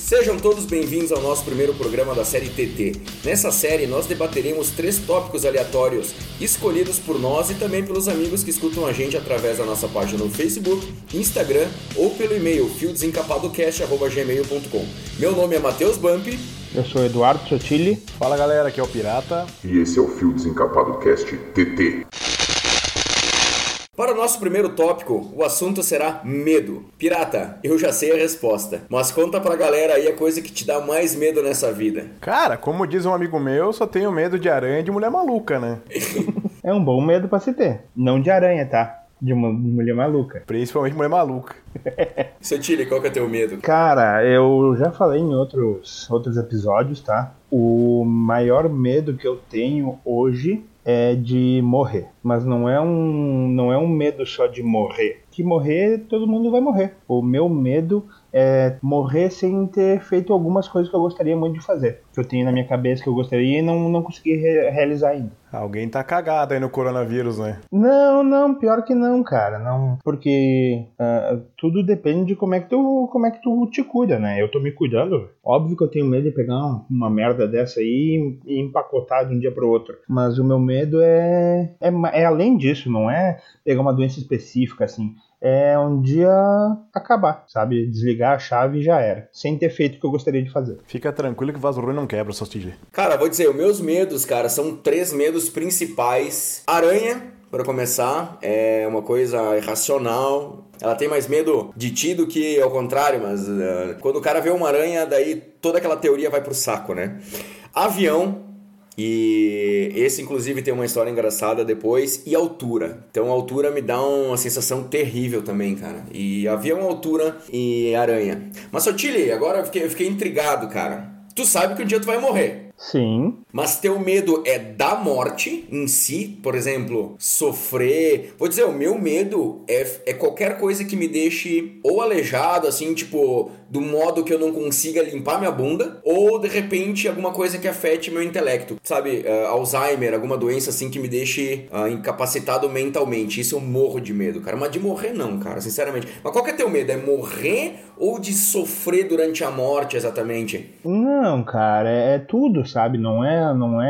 Sejam todos bem-vindos ao nosso primeiro programa da série TT. Nessa série, nós debateremos 3 tópicos aleatórios, escolhidos por nós e também pelos amigos que escutam a gente através da nossa página no Facebook, Instagram ou pelo e-mail fiodesencapadocast@gmail.com. Meu nome é Matheus Bump. Eu sou Eduardo Sotili. Fala galera, aqui é o Pirata. E esse é o Fio Desencapado Cast TT. Para o nosso primeiro tópico, o assunto será medo. Pirata, eu já sei a resposta, mas conta pra galera aí a coisa que te dá mais medo nessa vida. Cara, como diz um amigo meu, só tenho medo de aranha e de mulher maluca, né? É um bom medo pra se ter. Não de aranha, tá? De uma mulher maluca. Principalmente mulher maluca. Sotile, qual que é teu medo? Cara, eu já falei em outros episódios, tá? O maior medo que eu tenho hoje é de morrer. Mas não é um medo só de morrer. Que morrer, todo mundo vai morrer. O meu medo é morrer sem ter feito algumas coisas que eu gostaria muito de fazer. Que eu tenho na minha cabeça que eu gostaria e não consegui realizar ainda. Alguém tá cagado aí no coronavírus, né? Não, pior que não, cara. Não, porque tudo depende de como é que tu te cuida, né? Eu tô me cuidando. Óbvio que eu tenho medo de pegar uma merda dessa aí e empacotar de um dia pro outro. Mas o meu medo é além disso, não é pegar uma doença específica, assim. É um dia acabar, sabe? Desligar a chave e já era. Sem ter feito o que eu gostaria de fazer. Fica tranquilo que vaso ruim não quebra, Sotile. Cara, vou dizer, os meus medos, cara, são 3 medos principais. Aranha, para começar, é uma coisa irracional. Ela tem mais medo de ti do que ao contrário, mas quando o cara vê uma aranha, daí toda aquela teoria vai pro saco, né? Avião. E esse, inclusive, tem uma história engraçada depois. E altura. Então, a altura me dá uma sensação terrível também, cara. E avião, altura e aranha. Mas, Sotile, agora eu fiquei intrigado, cara. Tu sabe que um dia tu vai morrer. Sim. Mas teu medo é da morte em si? Por exemplo, sofrer... Vou dizer, o meu medo é qualquer coisa que me deixe ou aleijado, assim, tipo... do modo que eu não consiga limpar minha bunda, ou de repente alguma coisa que afete meu intelecto, sabe, Alzheimer, alguma doença assim que me deixe incapacitado mentalmente. Isso eu morro de medo, cara, mas de morrer não, cara, sinceramente. Mas qual que é teu medo? É morrer ou de sofrer durante a morte, exatamente? Não, cara, é tudo, sabe, não é,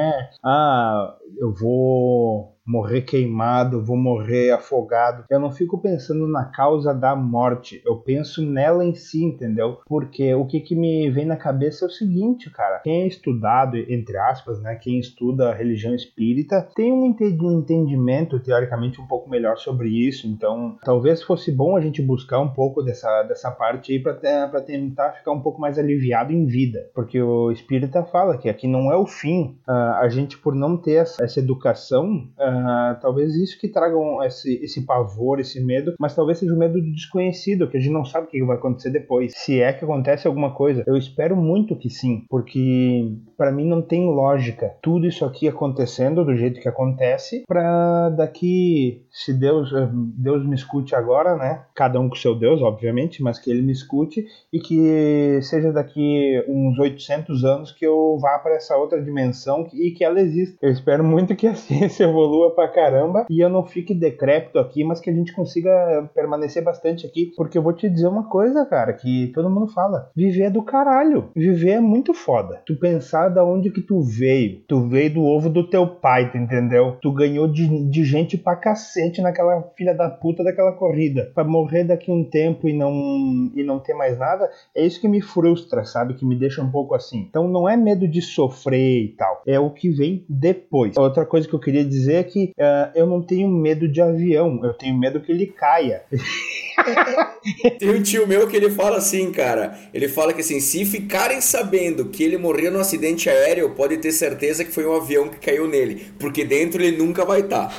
eu vou morrer queimado, vou morrer afogado. Eu não fico pensando na causa da morte, eu penso nela em si, entendeu? Porque o que me vem na cabeça é o seguinte, cara, quem é estudado, entre aspas, né, quem estuda a religião espírita, tem um entendimento, teoricamente, um pouco melhor sobre isso, então talvez fosse bom a gente buscar um pouco dessa parte aí pra tentar ficar um pouco mais aliviado em vida, porque o espírita fala que aqui não é o fim, a gente por não ter essa educação, talvez isso que traga esse pavor, esse medo, mas talvez seja o medo do desconhecido, que a gente não sabe o que vai acontecer depois. Se é que acontece alguma coisa, eu espero muito que sim, porque pra mim não tem lógica tudo isso aqui acontecendo do jeito que acontece, pra daqui, se Deus me escute agora, né? Cada um com seu Deus, obviamente, mas que ele me escute e que seja daqui uns 800 anos que eu vá para essa outra dimensão e que ela exista. Eu espero muito que a ciência evolua pra caramba e eu não fique decrépito aqui, mas que a gente consiga permanecer bastante aqui, porque eu vou te dizer uma coisa, cara, que todo mundo fala, viver é do caralho, viver é muito foda. Tu pensar da onde que tu veio do ovo do teu pai, tu entendeu? Tu ganhou de gente pra cacete naquela filha da puta daquela corrida, pra morrer daqui um tempo e não ter mais nada, é isso que me frustra, sabe, que me deixa um pouco assim. Então não é medo de sofrer e tal, é o que vem depois. Outra coisa que eu queria dizer é que eu não tenho medo de avião, eu tenho medo que ele caia. Tem um tio meu que ele fala assim, cara, ele fala que assim, se ficarem sabendo que ele morreu num acidente aéreo, pode ter certeza que foi um avião que caiu nele, porque dentro ele nunca vai estar.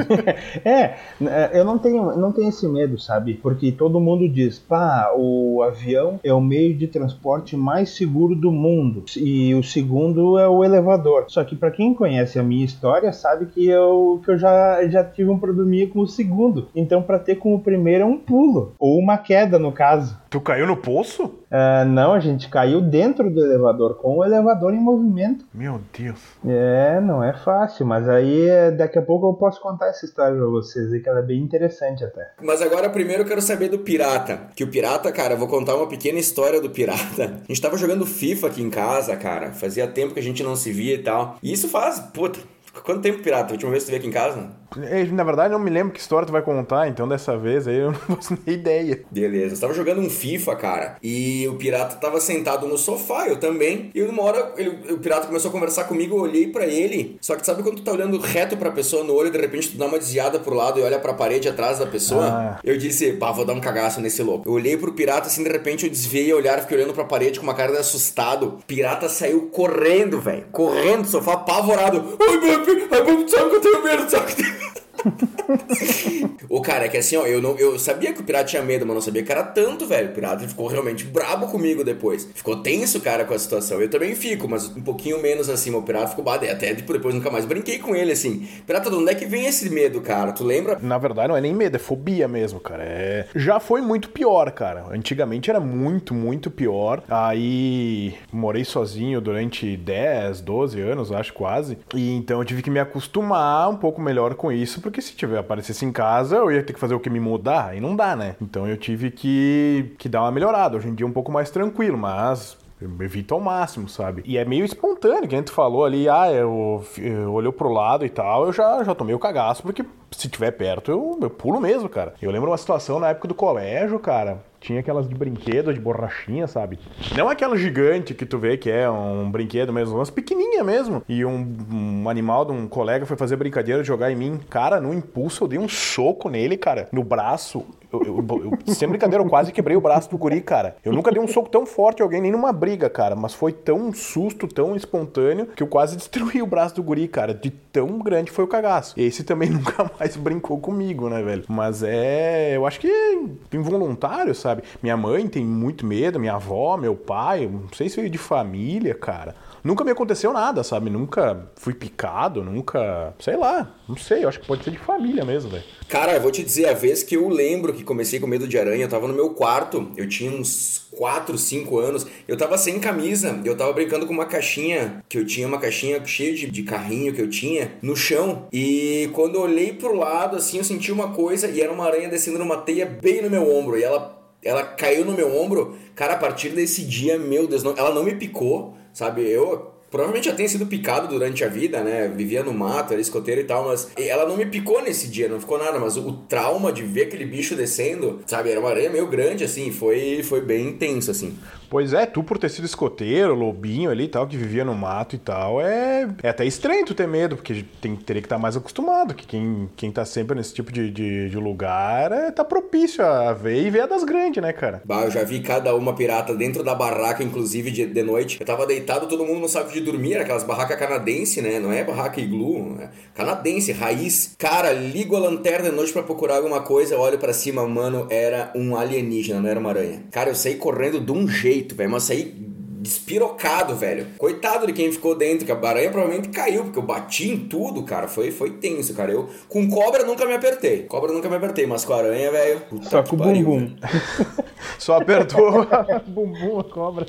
Eu não tenho esse medo, sabe, porque todo mundo diz, o avião é o meio de transporte mais seguro do mundo, e o segundo é o elevador, só que pra quem conhece a minha história, sabe que eu já tive um probleminha com o segundo, então pra ter com o primeiro é um pulo, pulo, ou uma queda no caso. Tu caiu no poço? Não, a gente caiu dentro do elevador, com o elevador em movimento. Meu Deus. Não é fácil, mas aí daqui a pouco eu posso contar essa história pra vocês, que ela é bem interessante até. Mas agora primeiro eu quero saber do Pirata. Que o Pirata, cara, eu vou contar uma pequena história do Pirata. A gente tava jogando FIFA aqui em casa, cara. Fazia tempo que a gente não se via e tal. E isso faz, puta, quanto tempo, Pirata? A última vez que tu veio aqui em casa? Na verdade, não me lembro que história tu vai contar, então dessa vez aí eu não faço nem ideia. Beleza, eu tava jogando um FIFA, cara, e o Pirata tava sentado no sofá, eu também, e uma hora o Pirata começou a conversar comigo, eu olhei pra ele, só que sabe quando tu tá olhando reto pra pessoa no olho e de repente tu dá uma desviada pro lado e olha pra parede atrás da pessoa? Eu disse, vou dar um cagaço nesse louco. Eu olhei pro Pirata assim, de repente eu desviei o olhar, fiquei olhando pra parede com uma cara de assustado. O Pirata saiu correndo, velho, correndo do sofá, apavorado. Ai, Bup, sabe que eu tenho medo, sabe que eu tenho medo. Ô, cara, é que assim, ó, eu sabia que o Pirata tinha medo, mas não sabia que era tanto, velho. O Pirata ficou realmente brabo comigo depois. Ficou tenso, cara, com a situação. Eu também fico, mas um pouquinho menos assim. O Pirata ficou bade. Até depois nunca mais brinquei com ele, assim. Pirata, de onde é que vem esse medo, cara? Tu lembra? Na verdade, não é nem medo, é fobia mesmo, cara. Já foi muito pior, cara. Antigamente era muito, muito pior. Aí morei sozinho durante 10, 12 anos, acho quase. E então eu tive que me acostumar um pouco melhor com isso, porque se aparecesse em casa, eu ia ter que fazer o que? Me mudar? Aí não dá, né? Então eu tive que dar uma melhorada. Hoje em dia é um pouco mais tranquilo, mas eu evito ao máximo, sabe? E é meio espontâneo, que a gente falou ali, eu olhou pro lado e tal, eu já tomei o cagaço, porque se tiver perto, eu pulo mesmo, cara. Eu lembro uma situação na época do colégio, cara, tinha aquelas de brinquedo, de borrachinha, sabe? Não aquela gigante que tu vê que é um brinquedo mesmo, umas pequenininha mesmo. E um animal de um colega foi fazer brincadeira de jogar em mim. Cara, no impulso eu dei um soco nele, cara, no braço. Sem brincadeira, eu quase quebrei o braço do guri, cara. Eu nunca dei um soco tão forte em alguém, nem numa briga, cara. Mas foi tão um susto, tão espontâneo, que eu quase destruí o braço do guri, cara. De tão grande foi o cagaço. Esse também nunca mais brincou comigo, né, velho? Mas eu acho que é involuntário, sabe? Minha mãe tem muito medo, minha avó, meu pai, não sei se veio de família, cara. Nunca me aconteceu nada, sabe? Nunca fui picado, nunca... Sei lá, não sei, eu acho que pode ser de família mesmo, velho. Cara, eu vou te dizer, a vez que eu lembro que comecei com medo de aranha, eu tava no meu quarto, eu tinha uns 4, 5 anos, eu tava sem camisa, eu tava brincando com uma caixinha, que eu tinha uma caixinha cheia de carrinho que eu tinha, no chão, e quando eu olhei pro lado, assim, eu senti uma coisa, e era uma aranha descendo numa teia bem no meu ombro, e ela caiu no meu ombro. Cara, a partir desse dia, meu Deus, ela não me picou, sabe? Eu provavelmente já tenha sido picado durante a vida, né? Vivia no mato, era escoteiro e tal, mas ela não me picou nesse dia, não ficou nada. Mas o trauma de ver aquele bicho descendo, sabe? Era uma aranha meio grande, assim, foi bem intenso, assim. Pois é, tu por ter sido escoteiro, lobinho ali e tal, que vivia no mato e tal, é até estranho tu ter medo, porque teria que estar mais acostumado, que quem tá sempre nesse tipo de lugar tá propício a ver e ver a das grandes, né, cara? Bah, eu já vi cada uma pirata dentro da barraca, inclusive de noite. Eu tava deitado, todo mundo no saco de dormir, era aquelas barracas canadense, né? Não é barraca iglu, é canadense, raiz. Cara, ligo a lanterna de noite pra procurar alguma coisa, olho pra cima, mano, era um alienígena, não era uma aranha. Cara, eu saí correndo de um jeito, velho, mas saí despirocado, velho. Coitado de quem ficou dentro, que a aranha provavelmente caiu, porque eu bati em tudo, cara. Foi tenso, cara. Eu com cobra nunca me apertei. Mas com aranha, velho... Só com o bumbum. Só apertou o bumbum, a cobra.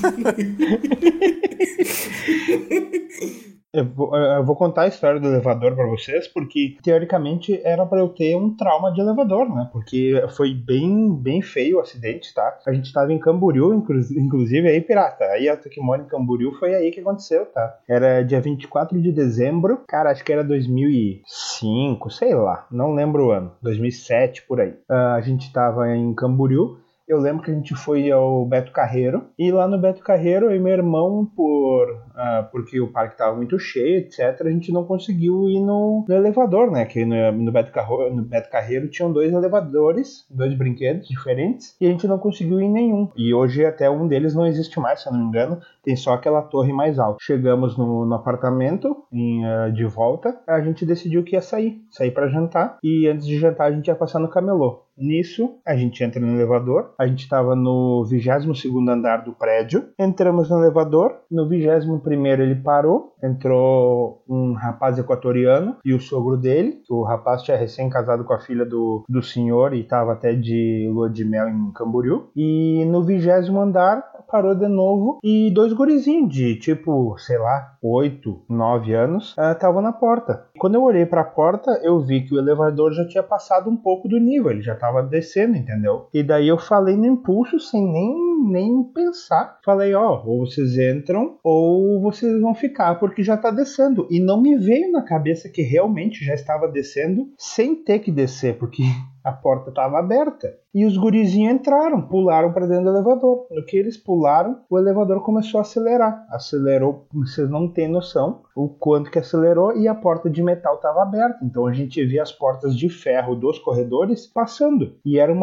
Eu vou contar a história do elevador pra vocês, porque teoricamente era pra eu ter um trauma de elevador, né? Porque foi bem feio o acidente, tá? A gente tava em Camboriú, inclusive aí, pirata. Aí a que mora em Camboriú foi aí que aconteceu, tá? Era dia 24 de dezembro, cara, acho que era 2005, sei lá, não lembro o ano, 2007, por aí. A gente tava em Camboriú. Eu lembro que a gente foi ao Beto Carreiro, e lá no Beto Carreiro, eu e meu irmão, porque o parque estava muito cheio, etc., a gente não conseguiu ir no elevador, né? Que no Beto Carreiro tinham 2 elevadores, 2 brinquedos diferentes, e a gente não conseguiu ir em nenhum. E hoje até um deles não existe mais, se eu não me engano, tem só aquela torre mais alta. Chegamos no apartamento, de volta, a gente decidiu que ia sair para jantar, e antes de jantar a gente ia passar no camelô. Nisso, a gente entra no elevador, a gente estava no 22º andar do prédio, entramos no elevador, no 21º ele parou, entrou um rapaz equatoriano e o sogro dele, o rapaz tinha recém-casado com a filha do senhor e estava até de lua de mel em Camboriú, e no 20º andar parou de novo e 2 gurizinhos de tipo, sei lá, 8, 9 anos estavam na porta. Quando eu olhei para a porta, eu vi que o elevador já tinha passado um pouco do nível, ele já estava descendo, entendeu? E daí eu falei no impulso, sem nem pensar. Falei, ou vocês entram ou vocês vão ficar, porque já está descendo. E não me veio na cabeça que realmente já estava descendo sem ter que descer, porque a porta estava aberta. E os gurizinhos entraram, pularam para dentro do elevador. No que eles pularam, o elevador começou a acelerar. Acelerou, vocês não têm noção o quanto que acelerou, e a porta de metal estava aberta. Então a gente via as portas de ferro dos corredores passando. E era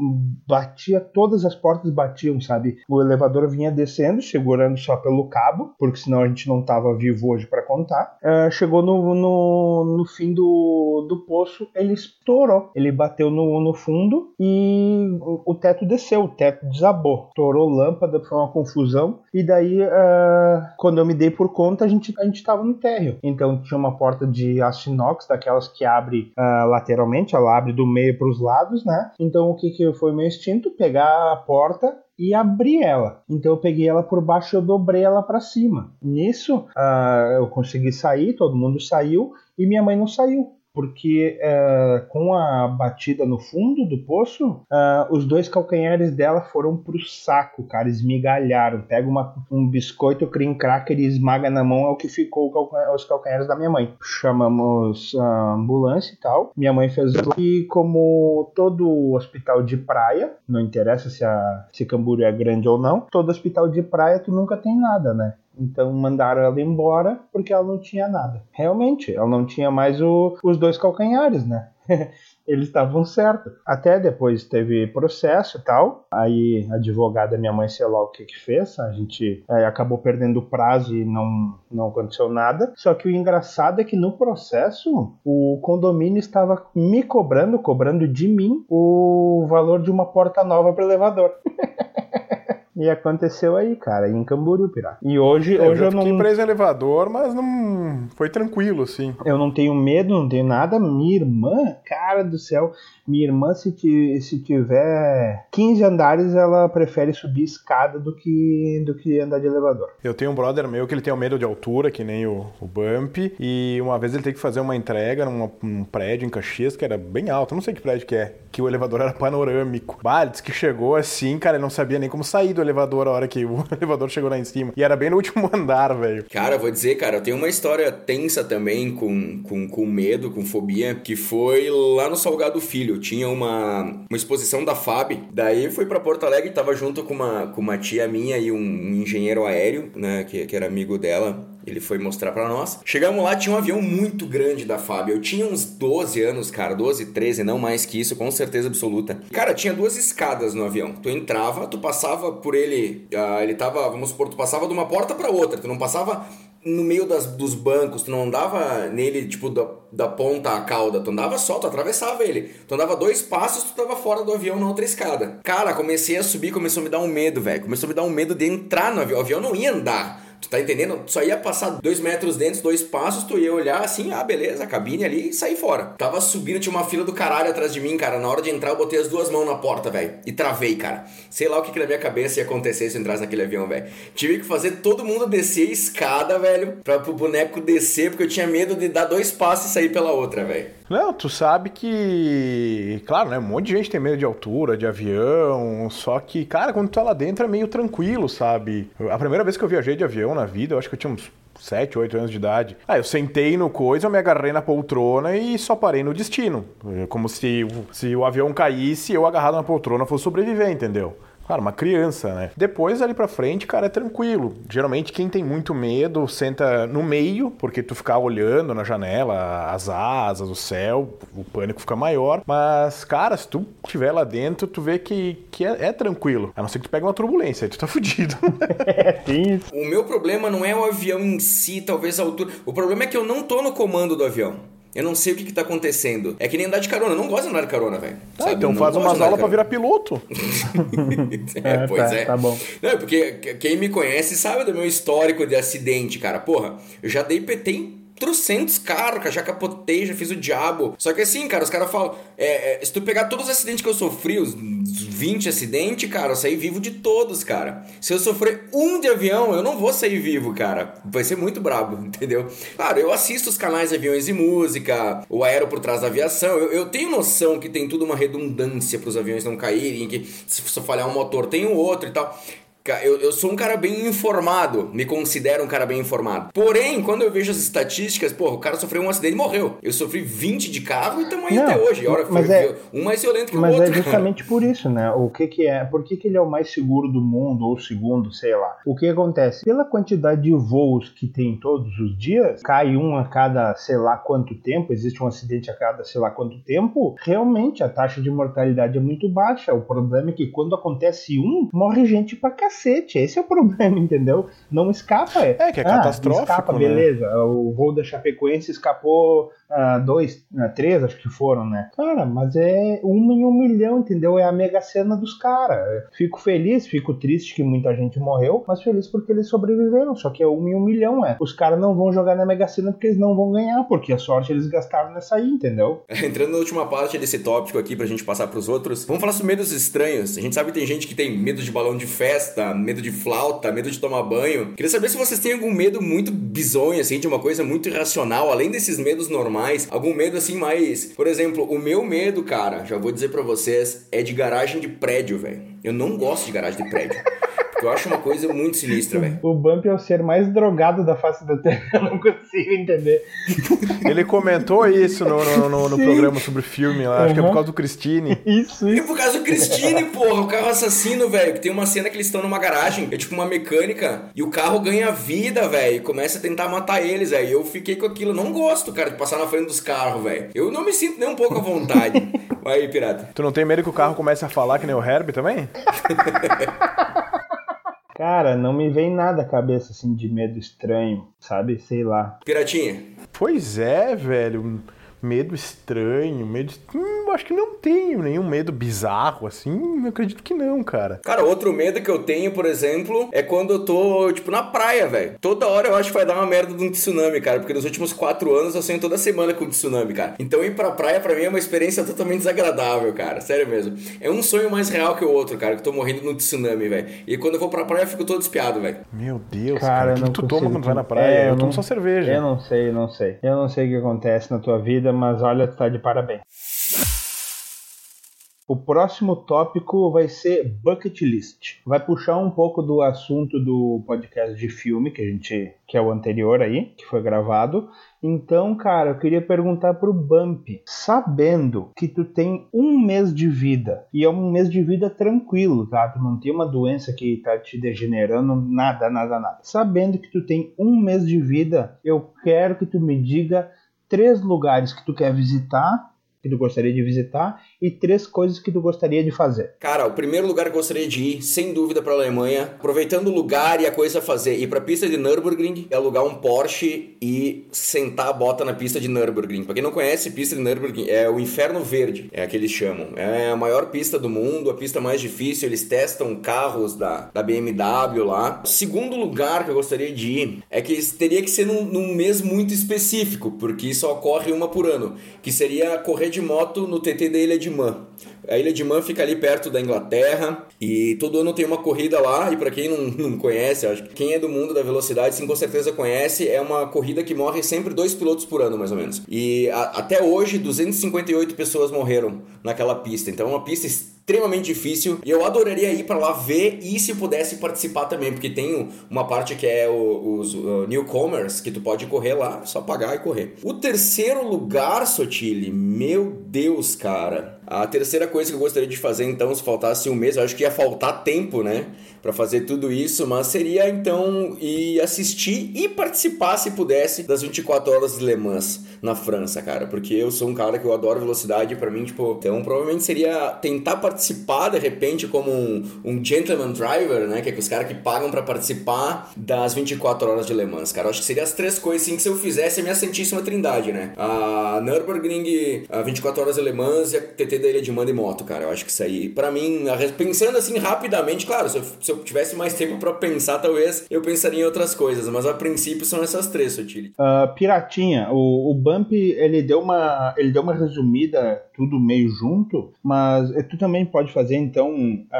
todas as portas batiam, sabe? O elevador vinha descendo, segurando só pelo cabo, porque senão a gente não estava vivo hoje para contar. Chegou no fim do poço, ele estourou. Ele bateu no fundo e o teto desceu, o teto desabou, estourou lâmpada, foi uma confusão. E daí, quando eu me dei por conta, a gente estava no térreo. Então tinha uma porta de aço inox, daquelas que abre lateralmente, ela abre do meio para os lados, né? Então o que foi meu instinto? Pegar a porta e abrir ela. Então eu peguei ela por baixo e eu dobrei ela para cima. Nisso eu consegui sair, todo mundo saiu e minha mãe não saiu. Porque com a batida no fundo do poço, os 2 calcanhares dela foram pro saco, cara, esmigalharam. Pega um biscoito cream cracker e esmaga na mão, é o que ficou os calcanhares da minha mãe. Chamamos a ambulância e tal, minha mãe fez e como todo hospital de praia, não interessa se Camboriú é grande ou não, todo hospital de praia tu nunca tem nada, né? Então mandaram ela embora porque ela não tinha nada. Realmente, ela não tinha mais os 2 calcanhares, né? Eles estavam certos. Até depois teve processo e tal. Aí a advogada, minha mãe, sei lá o que fez. A gente acabou perdendo o prazo e não aconteceu nada. Só que o engraçado é que no processo o condomínio estava me cobrando de mim o valor de uma porta nova para o elevador. E aconteceu aí, cara, em Camboriú, pirata. E hoje eu não... fiquei preso em elevador, mas não foi tranquilo, assim. Eu não tenho medo, não tenho nada. Minha irmã, cara do céu, minha irmã, se tiver 15 andares, ela prefere subir escada do que andar de elevador. Eu tenho um brother meu que ele tem medo de altura, que nem o Bump, e uma vez ele teve que fazer uma entrega num prédio em Caxias, que era bem alto, eu não sei que prédio que é, que o elevador era panorâmico. Bah, ele disse que chegou assim, cara, ele não sabia nem como sair do elevador a hora que o elevador chegou lá em cima. E era bem no último andar, velho. Cara, vou dizer, cara, eu tenho uma história tensa também com medo, com fobia, que foi lá no Salgado Filho. Tinha uma exposição da FAB, daí fui pra Porto Alegre, tava junto com uma tia minha e um engenheiro aéreo, né, que era amigo dela. Ele foi mostrar pra nós. Chegamos lá, tinha um avião muito grande da FAB. Eu tinha uns 12 anos, cara. 12, 13, não mais que isso, com certeza absoluta. Cara, tinha 2 escadas no avião. Tu entrava, tu passava por ele... ele tava, vamos supor, tu passava de uma porta pra outra. Tu não passava no meio dos bancos. Tu não andava nele, tipo, da ponta à cauda. Tu andava só, tu atravessava ele. Tu andava 2 passos, tu tava fora do avião na outra escada. Cara, comecei a subir, começou a me dar um medo, velho. Começou a me dar um medo de entrar no avião. O avião não ia andar. Tu tá entendendo? Tu só ia passar 2 metros dentro, 2 passos, tu ia olhar assim, beleza, a cabine ali e sair fora. Tava subindo, tinha uma fila do caralho atrás de mim, cara. Na hora de entrar, eu botei as 2 mãos na porta, velho. E travei, cara. Sei lá o que na minha cabeça ia acontecer se eu entrasse naquele avião, velho. Tive que fazer todo mundo descer a escada, velho, pro boneco descer, porque eu tinha medo de dar 2 passos e sair pela outra, velho. Não, tu sabe que... Claro, né? Um monte de gente tem medo de altura, de avião. Só que, cara, quando tu tá lá dentro é meio tranquilo, sabe? A primeira vez que eu viajei de avião na vida, eu acho que eu tinha uns 7, 8 anos de idade. Eu sentei no coisa, eu me agarrei na poltrona e só parei no destino. Como se o avião caísse, eu agarrado na poltrona fosse sobreviver, entendeu? Claro, uma criança, né? Depois, ali pra frente, cara, é tranquilo. Geralmente, quem tem muito medo senta no meio, porque tu ficar olhando na janela, as asas, o céu, o pânico fica maior. Mas, cara, se tu estiver lá dentro, tu vê que é tranquilo. A não ser que tu pegue uma turbulência, aí tu tá fudido. Tem isso. O meu problema não é o avião em si, talvez a altura. O problema é que eu não tô no comando do avião. Eu não sei o que tá acontecendo. É que nem andar de carona. Eu não gosto de andar de carona, velho. Então faz umas aulas pra virar piloto. Pois é. Tá bom. Não, porque quem me conhece sabe do meu histórico de acidente, cara. Porra, eu já dei PT em trocentos carros, cara, já capotei, já fiz o diabo. Só que assim, cara, os caras falam, se tu pegar todos os acidentes que eu sofri, os 20 acidentes, cara, eu saí vivo de todos, cara. Se eu sofrer um de avião, eu não vou sair vivo, cara. Vai ser muito brabo, entendeu? Claro, eu assisto os canais de Aviões e Música, o Aero por Trás da Aviação, eu tenho noção que tem tudo uma redundância pros aviões não caírem, que se falhar um motor tem um outro e tal. Eu sou um cara bem informado, me considero um cara bem informado. Porém, quando eu vejo as estatísticas, porra, o cara sofreu um acidente e morreu. Eu sofri 20 de carro e estamos aí até hoje. Um mais violento que o outro. Mas é justamente por isso, né? O que é? Por que ele é o mais seguro do mundo, ou o segundo, sei lá. O que acontece? Pela quantidade de voos que tem todos os dias, cai um a cada sei lá quanto tempo, existe um acidente a cada sei lá quanto tempo, realmente a taxa de mortalidade é muito baixa. O problema é que quando acontece morre gente pra cacete. Esse é o problema, entendeu? Não escapa. Que é catastrófico, escapa, beleza. Né? O voo da Chapecoense escapou 3, acho que foram, né? Cara, mas é 1 em 1 milhão, entendeu? É a mega cena dos caras. Fico feliz, fico triste que muita gente morreu, mas feliz porque eles sobreviveram. Só que é 1 em 1 milhão, Os caras não vão jogar na mega cena porque eles não vão ganhar, porque a sorte eles gastaram nessa aí, entendeu? Entrando na última parte desse tópico aqui pra gente passar pros outros, vamos falar sobre medos estranhos. A gente sabe que tem gente que tem medo de balão de festa, medo de flauta, medo de tomar banho. Queria saber se vocês têm algum medo muito bizonho, assim, de uma coisa muito irracional, além desses medos normais, algum medo assim mais... Por exemplo, o meu medo, cara, já vou dizer pra vocês, é de garagem de prédio, velho. Eu não gosto de garagem de prédio. Eu acho uma coisa muito sinistra, velho. O Bump é o ser mais drogado da face da Terra, eu não consigo entender. Ele comentou isso no programa sobre filme lá, acho que é por causa do Christine. Isso. É por causa do Christine, porra, o carro assassino, velho, que tem uma cena que eles estão numa garagem, é tipo uma mecânica, e o carro ganha vida, velho, e começa a tentar matar eles, velho. Eu fiquei com aquilo, não gosto, cara, de passar na frente dos carros, velho. Eu não me sinto nem um pouco à vontade. Vai aí, pirata. Tu não tem medo que o carro comece a falar que nem o Herbie também? Cara, não me vem nada à cabeça assim de medo estranho, sabe? Sei lá. Piratinha. Pois é, velho. Medo estranho, acho que não tenho nenhum medo bizarro, assim, eu acredito que não, cara. Cara, outro medo que eu tenho, por exemplo, é quando eu tô, tipo, na praia, velho. Toda hora eu acho que vai dar uma merda de um tsunami, cara, porque nos últimos 4 anos eu sonho toda semana com tsunami, cara. Então ir pra praia, pra mim, é uma experiência totalmente desagradável, cara, sério mesmo. É um sonho mais real que o outro, cara, que eu tô morrendo num tsunami, velho. E quando eu vou pra praia, eu fico todo espiado, velho. Meu Deus, cara, o que tu toma quando vai na praia? Eu tomo só cerveja. Eu não sei. Eu não sei o que acontece na tua vida, mas olha, tu tá de parabéns. O próximo tópico vai ser bucket list. Vai puxar um pouco do assunto do podcast de filme que é o anterior aí, que foi gravado. Então, cara, eu queria perguntar pro Bump, sabendo que tu tem 1 mês de vida, e é um mês de vida tranquilo, tá? Tu não tem uma doença que tá te degenerando, nada. Sabendo que tu tem 1 mês de vida, eu quero que tu me diga 3 lugares que tu quer visitar, que tu gostaria de visitar, e 3 coisas que tu gostaria de fazer. Cara, o primeiro lugar que eu gostaria de ir, sem dúvida, pra Alemanha, aproveitando o lugar e a coisa a fazer, ir pra pista de Nürburgring, alugar um Porsche e sentar a bota na pista de Nürburgring. Pra quem não conhece, pista de Nürburgring é o Inferno Verde, é a que eles chamam. É a maior pista do mundo, a pista mais difícil, eles testam carros da BMW lá. O segundo lugar que eu gostaria de ir é que teria que ser num mês muito específico, porque só ocorre uma por ano, que seria correr de moto no TT da Ilha de Man. A Ilha de Man fica ali perto da Inglaterra e todo ano tem uma corrida lá, e pra quem não conhece, acho que quem é do mundo da velocidade sim com certeza conhece, é uma corrida que morre sempre 2 pilotos por ano, mais ou menos. E até hoje 258 pessoas morreram naquela pista, então é uma pista extremamente difícil e eu adoraria ir pra lá ver e se pudesse participar também, porque tem uma parte que é os newcomers, que tu pode correr lá, só pagar e correr. O terceiro lugar, Sotile, meu Deus, cara, A terceira coisa que eu gostaria de fazer, então, se faltasse um mês, eu acho que ia faltar tempo, né, pra fazer tudo isso, mas seria, então, ir assistir e participar, se pudesse, das 24 horas de Le Mans na França, cara, porque eu sou um cara que eu adoro velocidade, pra mim, tipo, então provavelmente seria tentar participar, de repente, como um gentleman driver, né, que é os caras que pagam pra participar das 24 horas de Le Mans, cara. Eu acho que seria as três coisas, assim, que se eu fizesse a minha santíssima trindade, né, a Nürburgring, a 24 horas de Le Mans e a TT da Ilha de Man de moto, cara. Eu acho que isso aí, pra mim, pensando assim rapidamente, claro, se eu tivesse mais tempo pra pensar, talvez eu pensaria em outras coisas, mas a princípio são essas três, Sotile. Piratinha, o Bump, ele deu uma resumida, tudo meio junto, mas tu também pode fazer, então,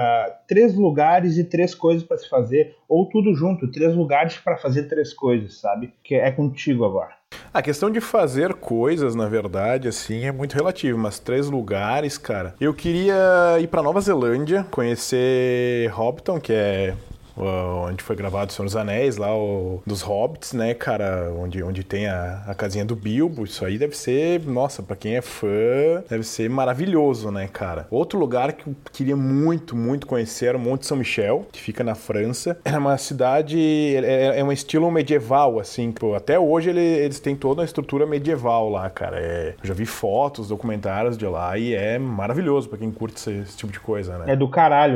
3 lugares e 3 coisas pra se fazer, ou tudo junto, 3 lugares pra fazer 3 coisas, sabe? Que é contigo agora. A questão de fazer coisas, na verdade, assim, é muito relativo, mas 3 lugares, cara. Eu queria ir pra Nova Zelândia, conhecer Hobbiton, que é onde foi gravado O Senhor dos Anéis, lá dos Hobbits, né, cara, onde tem a casinha do Bilbo. Isso aí deve ser, nossa, pra quem é fã, deve ser maravilhoso, né, cara. Outro lugar que eu queria muito, muito conhecer era o Monte São Michel, que fica na França. É uma cidade, é um estilo medieval, assim, pô, até hoje eles têm toda a estrutura medieval lá, cara. Eu já vi fotos, documentários de lá e é maravilhoso pra quem curte esse tipo de coisa, né. É do caralho,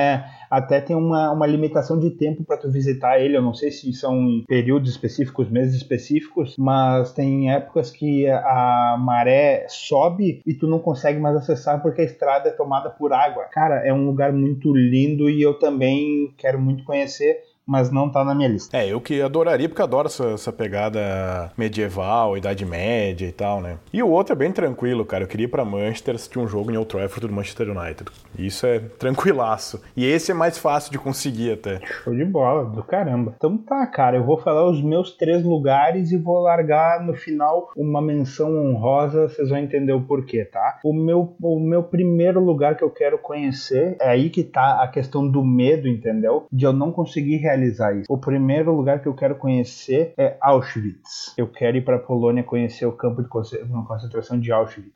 até tem uma limitação de tempo para tu visitar ele. Eu não sei se são períodos específicos, meses específicos, mas tem épocas que a maré sobe e tu não consegue mais acessar porque a estrada é tomada por água. Cara, é um lugar muito lindo e eu também quero muito conhecer, mas não tá na minha lista. Eu que adoraria, porque eu adoro essa pegada medieval, Idade Média e tal, né? E o outro é bem tranquilo, cara. Eu queria ir pra Manchester assistir um jogo em Old Trafford do Manchester United. Isso é tranquilaço. E esse é mais fácil de conseguir até. Show de bola, do caramba. Então tá, cara, eu vou falar os meus 3 lugares e vou largar no final uma menção honrosa, vocês vão entender o porquê, tá? O meu primeiro lugar que eu quero conhecer, é aí que tá a questão do medo, entendeu? De eu não conseguir realizar isso. O primeiro lugar que eu quero conhecer é Auschwitz. Eu quero ir para a Polônia conhecer o campo de concentração de Auschwitz.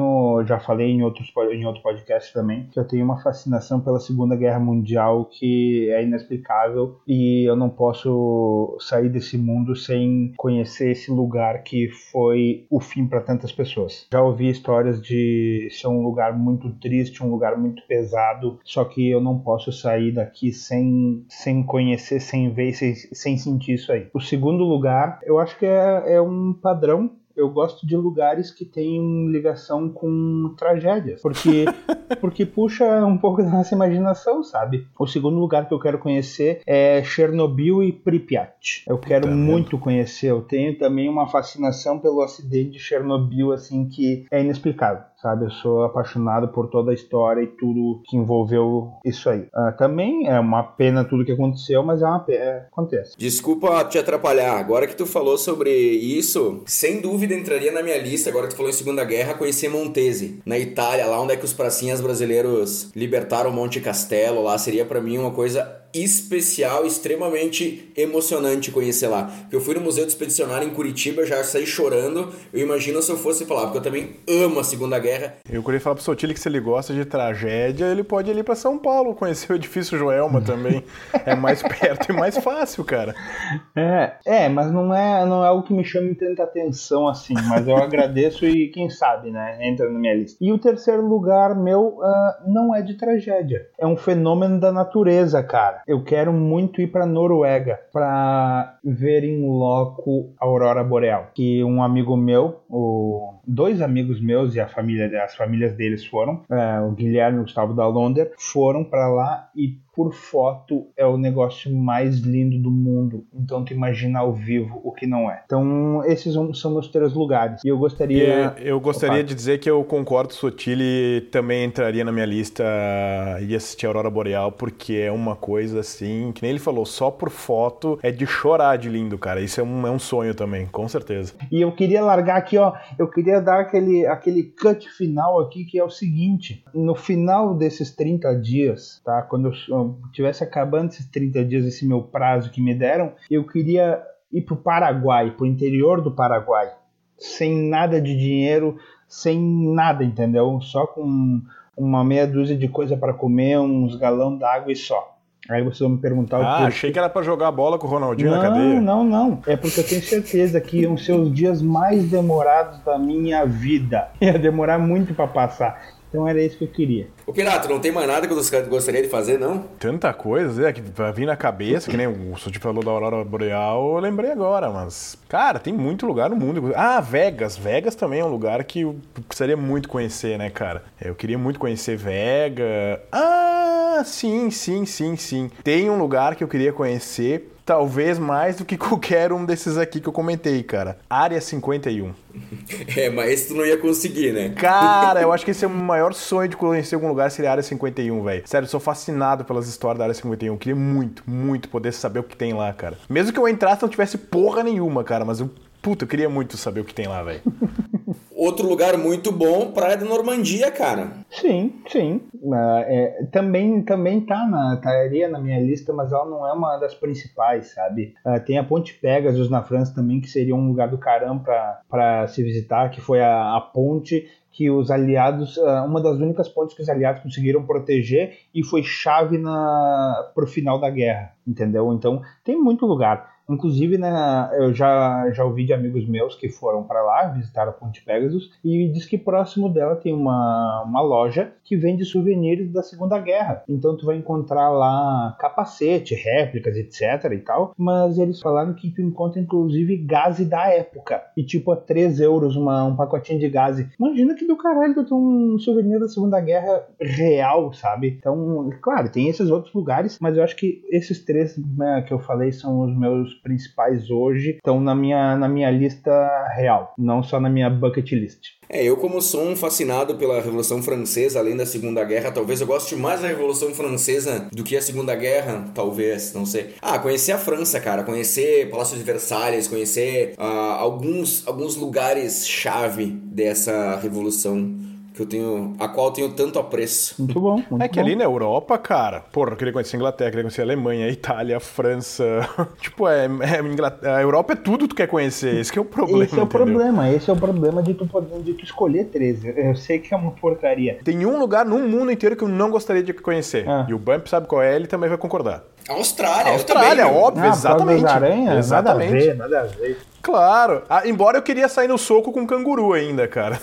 Já falei em outro podcast também, que eu tenho uma fascinação pela Segunda Guerra Mundial que é inexplicável e eu não posso sair desse mundo sem conhecer esse lugar que foi o fim para tantas pessoas. Já ouvi histórias de ser um lugar muito triste, um lugar muito pesado, só que eu não posso sair daqui sem conhecer, sem ver, sem sentir isso aí. O segundo lugar, eu acho que é um padrão. Eu gosto de lugares que têm ligação com tragédias, porque puxa um pouco da nossa imaginação, sabe? O segundo lugar que eu quero conhecer é Chernobyl e Pripyat. Eu quero muito conhecer. Eu tenho também uma fascinação pelo acidente de Chernobyl, assim, que é inexplicável, sabe? Eu sou apaixonado por toda a história e tudo que envolveu isso aí. Também é uma pena tudo que aconteceu, mas é uma pena, acontece. Desculpa te atrapalhar. Agora que tu falou sobre isso, sem dúvida entraria na minha lista, agora que tu falou em Segunda Guerra, conhecer Montese, na Itália, lá onde é que os pracinhas brasileiros libertaram Monte Castelo, lá seria pra mim uma coisa especial, extremamente emocionante conhecer lá. Porque eu fui no Museu do Expedicionário em Curitiba, já saí chorando. Eu imagino se eu fosse pra lá, porque eu também amo a Segunda Guerra. Eu queria falar pro Sotile que se ele gosta de tragédia, ele pode ir ali pra São Paulo conhecer o Edifício Joelma também. É mais perto e mais fácil, cara. Mas não é algo que me chame tanta atenção assim, mas eu agradeço e quem sabe, né, entra na minha lista. E o terceiro lugar meu não é de tragédia, é um fenômeno da natureza, cara. Eu quero muito ir pra Noruega pra ver em loco a aurora boreal, que um amigo meu, 2 amigos meus e as famílias deles foram, o Guilherme e o Gustavo da Londer, foram pra lá e por foto é o negócio mais lindo do mundo. Então tu imagina ao vivo o que não é. Então esses são meus 3 lugares. E eu gostaria... Eu gostaria de dizer que eu concordo, Sotile também entraria na minha lista e assistir a Aurora Boreal, porque é uma coisa assim, que nem ele falou, só por foto é de chorar de lindo, cara. Isso é um sonho também, com certeza. E eu queria largar aqui, eu queria dar aquele cut final aqui, que é o seguinte: no final desses 30 dias, tá? Quando eu tivesse acabando esses 30 dias, esse meu prazo que me deram, eu queria ir pro Paraguai, pro interior do Paraguai, sem nada de dinheiro, sem nada, entendeu? Só com uma meia dúzia de coisa para comer, uns galão d'água e só. Aí vocês vão me perguntar o que... achei que era pra jogar bola com o Ronaldinho na cadeia. Não. É porque eu tenho certeza que iam ser os dias mais demorados da minha vida. Ia demorar muito pra passar. Então era isso que eu queria. Ô Pirato, não tem mais nada que eu gostaria de fazer, não? Tanta coisa, que vai vir na cabeça, que nem o Suti falou da Aurora Boreal, eu lembrei agora, mas... Cara, tem muito lugar no mundo. Vegas. Vegas também é um lugar que eu gostaria muito conhecer, né, cara? Eu queria muito conhecer Vegas. Sim. Tem um lugar que eu queria conhecer, talvez mais do que qualquer um desses aqui que eu comentei, cara. Área 51. Mas esse tu não ia conseguir, né? Cara, eu acho que esse é o maior sonho de conhecer algum lugar, seria a Área 51, velho. Sério, eu sou fascinado pelas histórias da Área 51. Eu queria muito poder saber o que tem lá, cara. Mesmo que eu entrasse e não tivesse porra nenhuma, cara, mas eu queria muito saber o que tem lá, velho. Outro lugar muito bom, Praia da Normandia, cara. Sim. Também estaria na minha lista, mas ela não é uma das principais, sabe? Tem a Ponte Pegasus na França também, que seria um lugar do caramba para se visitar, que foi a ponte que os aliados, uma das únicas pontes que os aliados conseguiram proteger e foi chave pro final da guerra, entendeu? Então tem muito lugar. Inclusive, né, eu já ouvi de amigos meus que foram para lá visitar a Ponte Pegasus e diz que próximo dela tem uma loja que vende souvenirs da Segunda Guerra. Então tu vai encontrar lá capacete, réplicas, etc e tal, mas eles falaram que tu encontra inclusive gás da época. E tipo a 3 euros um pacotinho de gás. Imagina que do caralho tu tem um souvenir da Segunda Guerra real, sabe? Então, claro, tem esses outros lugares, mas eu acho que esses três, né, que eu falei são os meus principais hoje, estão na minha lista real, não só na minha bucket list. Eu como sou um fascinado pela Revolução Francesa, além da Segunda Guerra, talvez eu goste mais da Revolução Francesa do que a Segunda Guerra, talvez, não sei. Conhecer a França, cara, conhecer Palácio de Versalhes, conhecer alguns lugares-chave dessa Revolução a qual eu tenho tanto apreço. Muito bom. Que ali na Europa, cara, porra, eu queria conhecer a Inglaterra, queria conhecer a Alemanha, a Itália, a França. A Europa é tudo que tu quer conhecer. Esse que é o problema. Esse é o problema de tu escolher 13. Eu sei que é uma porcaria. Tem um lugar no mundo inteiro que eu não gostaria de conhecer. E o Bump sabe qual é, ele também vai concordar. Austrália, também, óbvio, exatamente. Aranha, exatamente. Nada a ver. Claro. Embora eu queria sair no soco com canguru ainda, cara.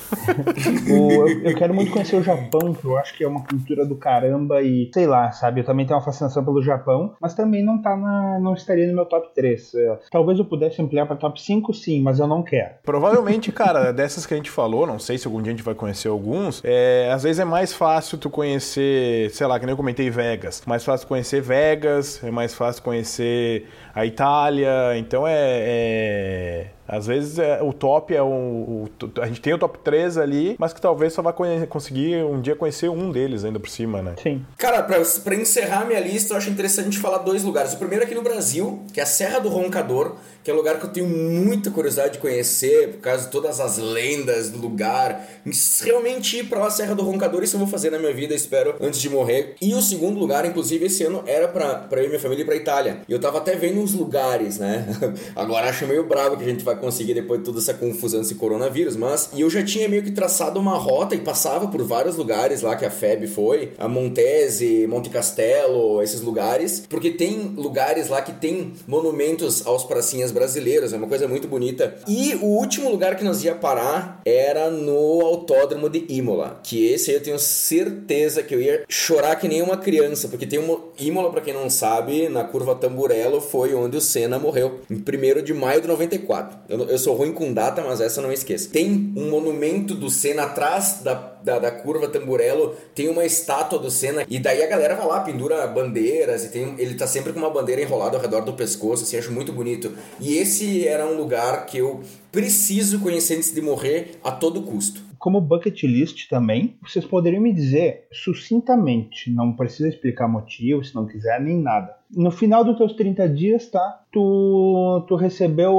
Eu quero muito conhecer o Japão, que eu acho que é uma cultura do caramba e, sei lá, sabe? Eu também tenho uma fascinação pelo Japão, mas também não estaria no meu top 3. Talvez eu pudesse ampliar para top 5, sim, mas eu não quero. Provavelmente, cara, dessas que a gente falou, não sei se algum dia a gente vai conhecer alguns, às vezes é mais fácil tu conhecer, sei lá, que nem eu comentei, Vegas. Mais fácil conhecer Vegas, é mais fácil conhecer a Itália, então às vezes o top a gente tem o top 3 ali, mas que talvez só vai conseguir um dia conhecer um deles ainda por cima, né? Sim. Cara, pra encerrar minha lista, eu acho interessante falar 2 lugares. O primeiro aqui no Brasil, que é a Serra do Roncador, que é um lugar que eu tenho muita curiosidade de conhecer, por causa de todas as lendas do lugar. Realmente ir pra lá, Serra do Roncador, isso eu vou fazer na minha vida, espero, antes de morrer. E o segundo lugar, inclusive, esse ano, era pra eu e minha família ir pra Itália. E eu tava até vendo uns lugares, né? Agora acho meio bravo que a gente vai conseguir depois de toda essa confusão desse coronavírus, mas... E eu já tinha meio que traçado uma rota e passava por vários lugares lá que a FEB foi, a Montese, Monte Castelo, esses lugares, porque tem lugares lá que tem monumentos aos pracinhas brasileiros, é uma coisa muito bonita. E o último lugar que nós ia parar era no Autódromo de Imola, que esse aí eu tenho certeza que eu ia chorar que nem uma criança, porque tem Imola, pra quem não sabe, na curva Tamburello foi onde o Senna morreu, em 1º de maio de 94. Eu sou ruim com data, mas essa não esqueça. Tem um monumento do Senna atrás da curva Tamburello, tem uma estátua do Senna, e daí a galera vai lá, pendura bandeiras, e ele tá sempre com uma bandeira enrolada ao redor do pescoço, assim, acho muito bonito. E esse era um lugar que eu preciso conhecer antes de morrer a todo custo. Como bucket list também, vocês poderiam me dizer sucintamente, não precisa explicar motivo, se não quiser, nem nada. No final dos teus 30 dias, tá? Tu recebeu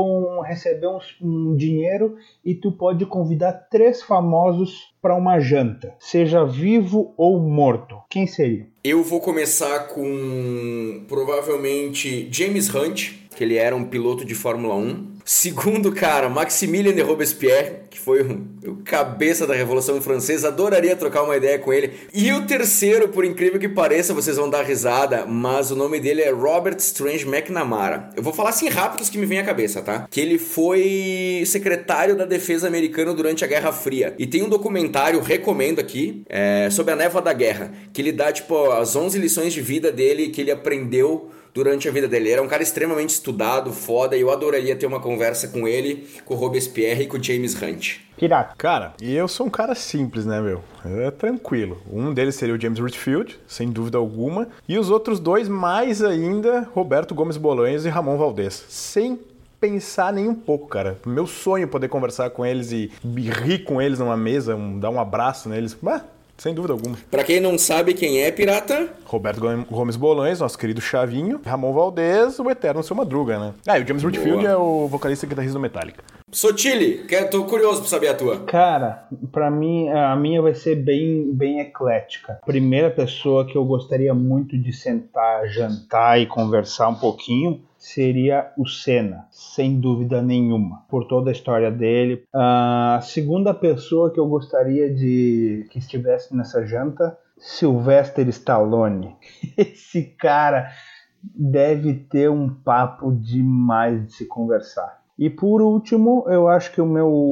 um dinheiro e tu pode convidar 3 famosos para uma janta, seja vivo ou morto. Quem seria? Eu vou começar com provavelmente James Hunt. que ele era um piloto de Fórmula 1. Segundo, cara, Maximilien de Robespierre, que foi o cabeça da Revolução Francesa, adoraria trocar uma ideia com ele. E o terceiro, por incrível que pareça, vocês vão dar risada, mas o nome dele é Robert Strange McNamara. Eu vou falar assim rápido os que me vem à cabeça, tá? Que ele foi secretário da Defesa americano durante a Guerra Fria. E tem um documentário, recomendo aqui, sobre a névoa da guerra, que ele dá, tipo, as 11 lições de vida dele que ele aprendeu durante a vida dele. Ele era um cara extremamente estudado, foda, e eu adoraria ter uma conversa com ele, com o Robespierre e com o James Hunt. Pirata. Cara, e eu sou um cara simples, né, meu? É tranquilo. Um deles seria o James Whitfield, sem dúvida alguma, e os outros dois, mais ainda, Roberto Gomes Bolanhos e Ramon Valdez. Sem pensar nem um pouco, cara. Meu sonho é poder conversar com eles e rir com eles numa mesa, dar um abraço neles. Sem dúvida alguma. Pra quem não sabe quem é, pirata... Roberto Gomes Bolanhos, nosso querido Chavinho. Ramon Valdez, o eterno Seu Madruga, né? E o James Whitfield é o vocalista e guitarrista do Metallica. Sotile, tô curioso pra saber a tua. Cara, pra mim, a minha vai ser bem eclética. Primeira pessoa que eu gostaria muito de sentar, jantar e conversar um pouquinho seria o Senna, sem dúvida nenhuma, por toda a história dele. A segunda pessoa que eu gostaria que estivesse nessa janta, Sylvester Stallone. Esse cara deve ter um papo demais de se conversar. E por último, eu acho que o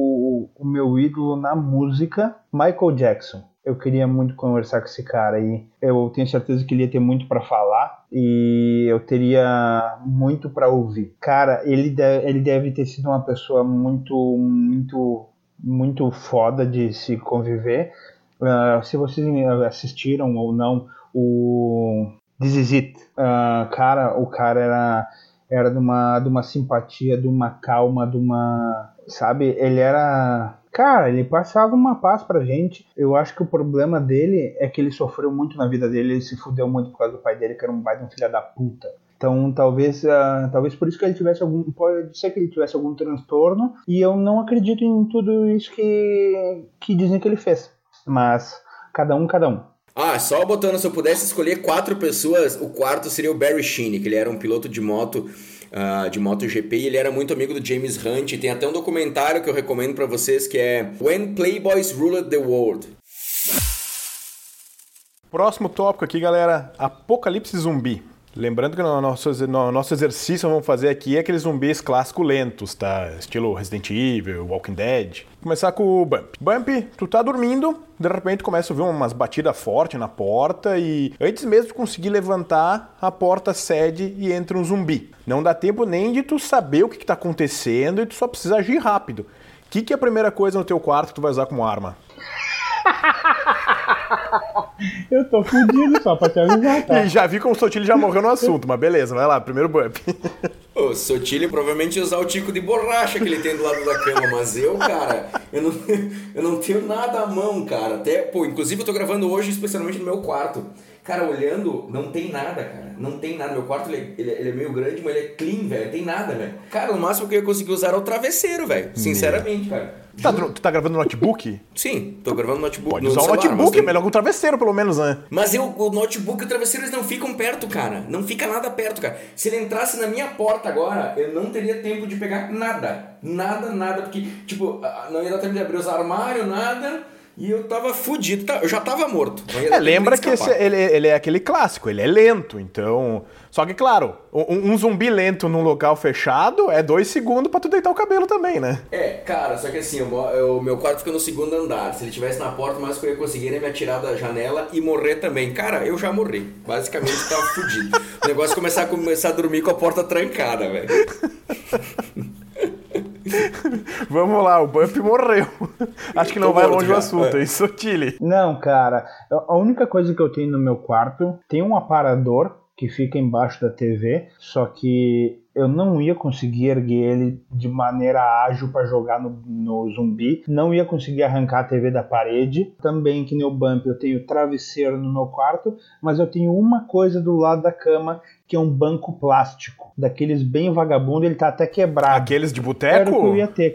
meu ídolo na música, Michael Jackson. Eu queria muito conversar com esse cara aí. Eu tenho certeza que ele ia ter muito para falar e eu teria muito para ouvir. Cara, ele deve ter sido uma pessoa muito foda de se conviver. Se vocês assistiram ou não o This Is It, cara, o cara era de uma simpatia, de uma calma, sabe, ele era... Cara, ele passava uma paz pra gente. Eu acho que o problema dele é que ele sofreu muito na vida dele, ele se fudeu muito por causa do pai dele, que era um baita filho da puta. Então, talvez por isso que ele tivesse pode ser que ele tivesse algum transtorno, e eu não acredito em tudo isso que dizem que ele fez. Mas, cada um. Só botando, se eu pudesse escolher 4 pessoas, o quarto seria o Barry Sheene, que ele era um piloto de MotoGP, e ele era muito amigo do James Hunt. Tem até um documentário que eu recomendo pra vocês, que é When Playboys Ruled the World. Próximo tópico aqui, galera, apocalipse zumbi. Lembrando que no nosso exercício vamos fazer aqui aqueles zumbis clássicos lentos, tá? Estilo Resident Evil, Walking Dead. Começar com o Bump. Bump, tu tá dormindo, de repente começa a ouvir umas batidas fortes na porta e antes mesmo de conseguir levantar, a porta cede e entra um zumbi. Não dá tempo nem de tu saber o que tá acontecendo e tu só precisa agir rápido. O que é a primeira coisa no teu quarto que tu vai usar como arma? Eu tô fudido só pra te avisar, tá? E já vi como o Sotile já morreu no assunto, mas beleza, vai lá, primeiro Bump. O Sotile provavelmente ia usar o tico de borracha que ele tem do lado da cama, mas eu, cara, eu não tenho nada à mão, cara. Inclusive eu tô gravando hoje especialmente no meu quarto. Cara, olhando, não tem nada, cara. Não tem nada. Meu quarto, ele é meio grande, mas ele é clean, velho. Não tem nada, velho. Cara, o máximo que eu ia conseguir usar era o travesseiro, velho. Sinceramente, cara. Tu tá gravando no notebook? Sim, tô gravando no notebook. Pode usar o notebook, é melhor que o travesseiro, pelo menos, né? Mas o notebook e o travesseiro, eles não ficam perto, cara. Não fica nada perto, cara. Se ele entrasse na minha porta agora, eu não teria tempo de pegar nada. Nada, porque, tipo, não ia dar tempo de abrir os armários, nada... E eu tava fudido, eu já tava morto. Lembra que ele é aquele clássico, ele é lento, então... Só que, claro, um zumbi lento num local fechado é 2 segundos pra tu deitar o cabelo também, né? Cara, só que assim, o meu quarto fica no 2º andar. Se ele estivesse na porta, o mais que eu ia conseguir era me atirar da janela e morrer também. Cara, eu já morri. Basicamente, tava fudido. O negócio é começar a dormir com a porta trancada, velho. Vamos lá, o Bump morreu. Acho que não vai longe o assunto, é isso, Sotile? Não, cara, a única coisa que eu tenho no meu quarto, tem um aparador que fica embaixo da TV, só que eu não ia conseguir erguer ele de maneira ágil para jogar no zumbi, não ia conseguir arrancar a TV da parede. Também, que nem o Bump, eu tenho travesseiro no meu quarto, mas eu tenho uma coisa do lado da cama, que é um banco plástico, daqueles bem vagabundo, ele tá até quebrado. Aqueles de boteco? Era o que eu ia ter, cara.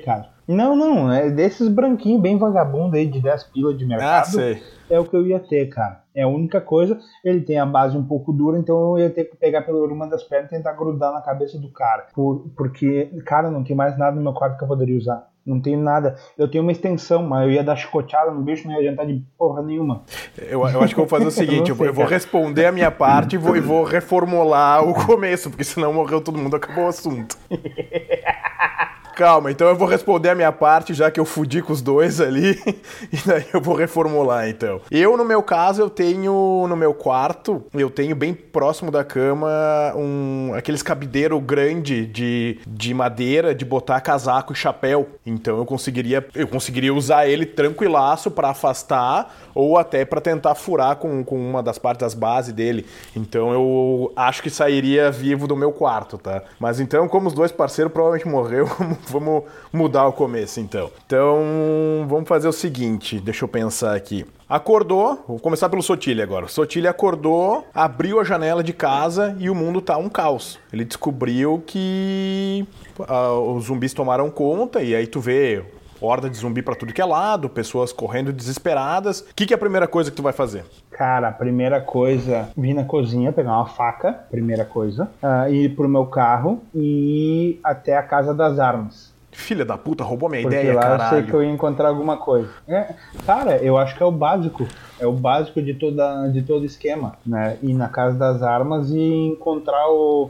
Não, é desses branquinhos bem vagabundo aí de 10 pila de mercado. Sei. É o que eu ia ter, cara. É a única coisa. Ele tem a base um pouco dura, então eu ia ter que pegar pela uma das pernas e tentar grudar na cabeça do cara. Porque, cara, não tem mais nada no meu quarto que eu poderia usar. Não tenho nada. Eu tenho uma extensão, mas eu ia dar chicoteada no bicho, não ia adiantar de porra nenhuma. Eu acho que eu vou fazer o seguinte, eu vou responder a minha parte e vou reformular o começo, porque senão morreu todo mundo, acabou o assunto. Calma, então eu vou responder a minha parte, já que eu fudi com os dois ali, e daí eu vou reformular, então. Eu, no meu caso, eu tenho no meu quarto, eu tenho bem próximo da cama aqueles cabideiro grande de madeira, de botar casaco e chapéu. Então eu conseguiria usar ele tranquilaço pra afastar, ou até pra tentar furar com uma das partes das bases dele. Então eu acho que sairia vivo do meu quarto, tá? Mas então, como os dois parceiros provavelmente morreu, vamos mudar o começo, então. Então, vamos fazer o seguinte, deixa eu pensar aqui. Acordou, vou começar pelo Sotilha agora. O Sotilha acordou, abriu a janela de casa e o mundo tá um caos. Ele descobriu que os zumbis tomaram conta e aí tu vê horda de zumbi pra tudo que é lado, pessoas correndo desesperadas. O que é a primeira coisa que tu vai fazer? Cara, a primeira coisa, vir na cozinha, pegar uma faca, primeira coisa, ir pro meu carro e ir até a Casa das Armas. Filha da puta, roubou minha Porque ideia, lá caralho. eu sei que eu ia encontrar alguma coisa. Cara, eu acho que é o básico. É o básico de todo esquema, né? Ir na Casa das Armas e encontrar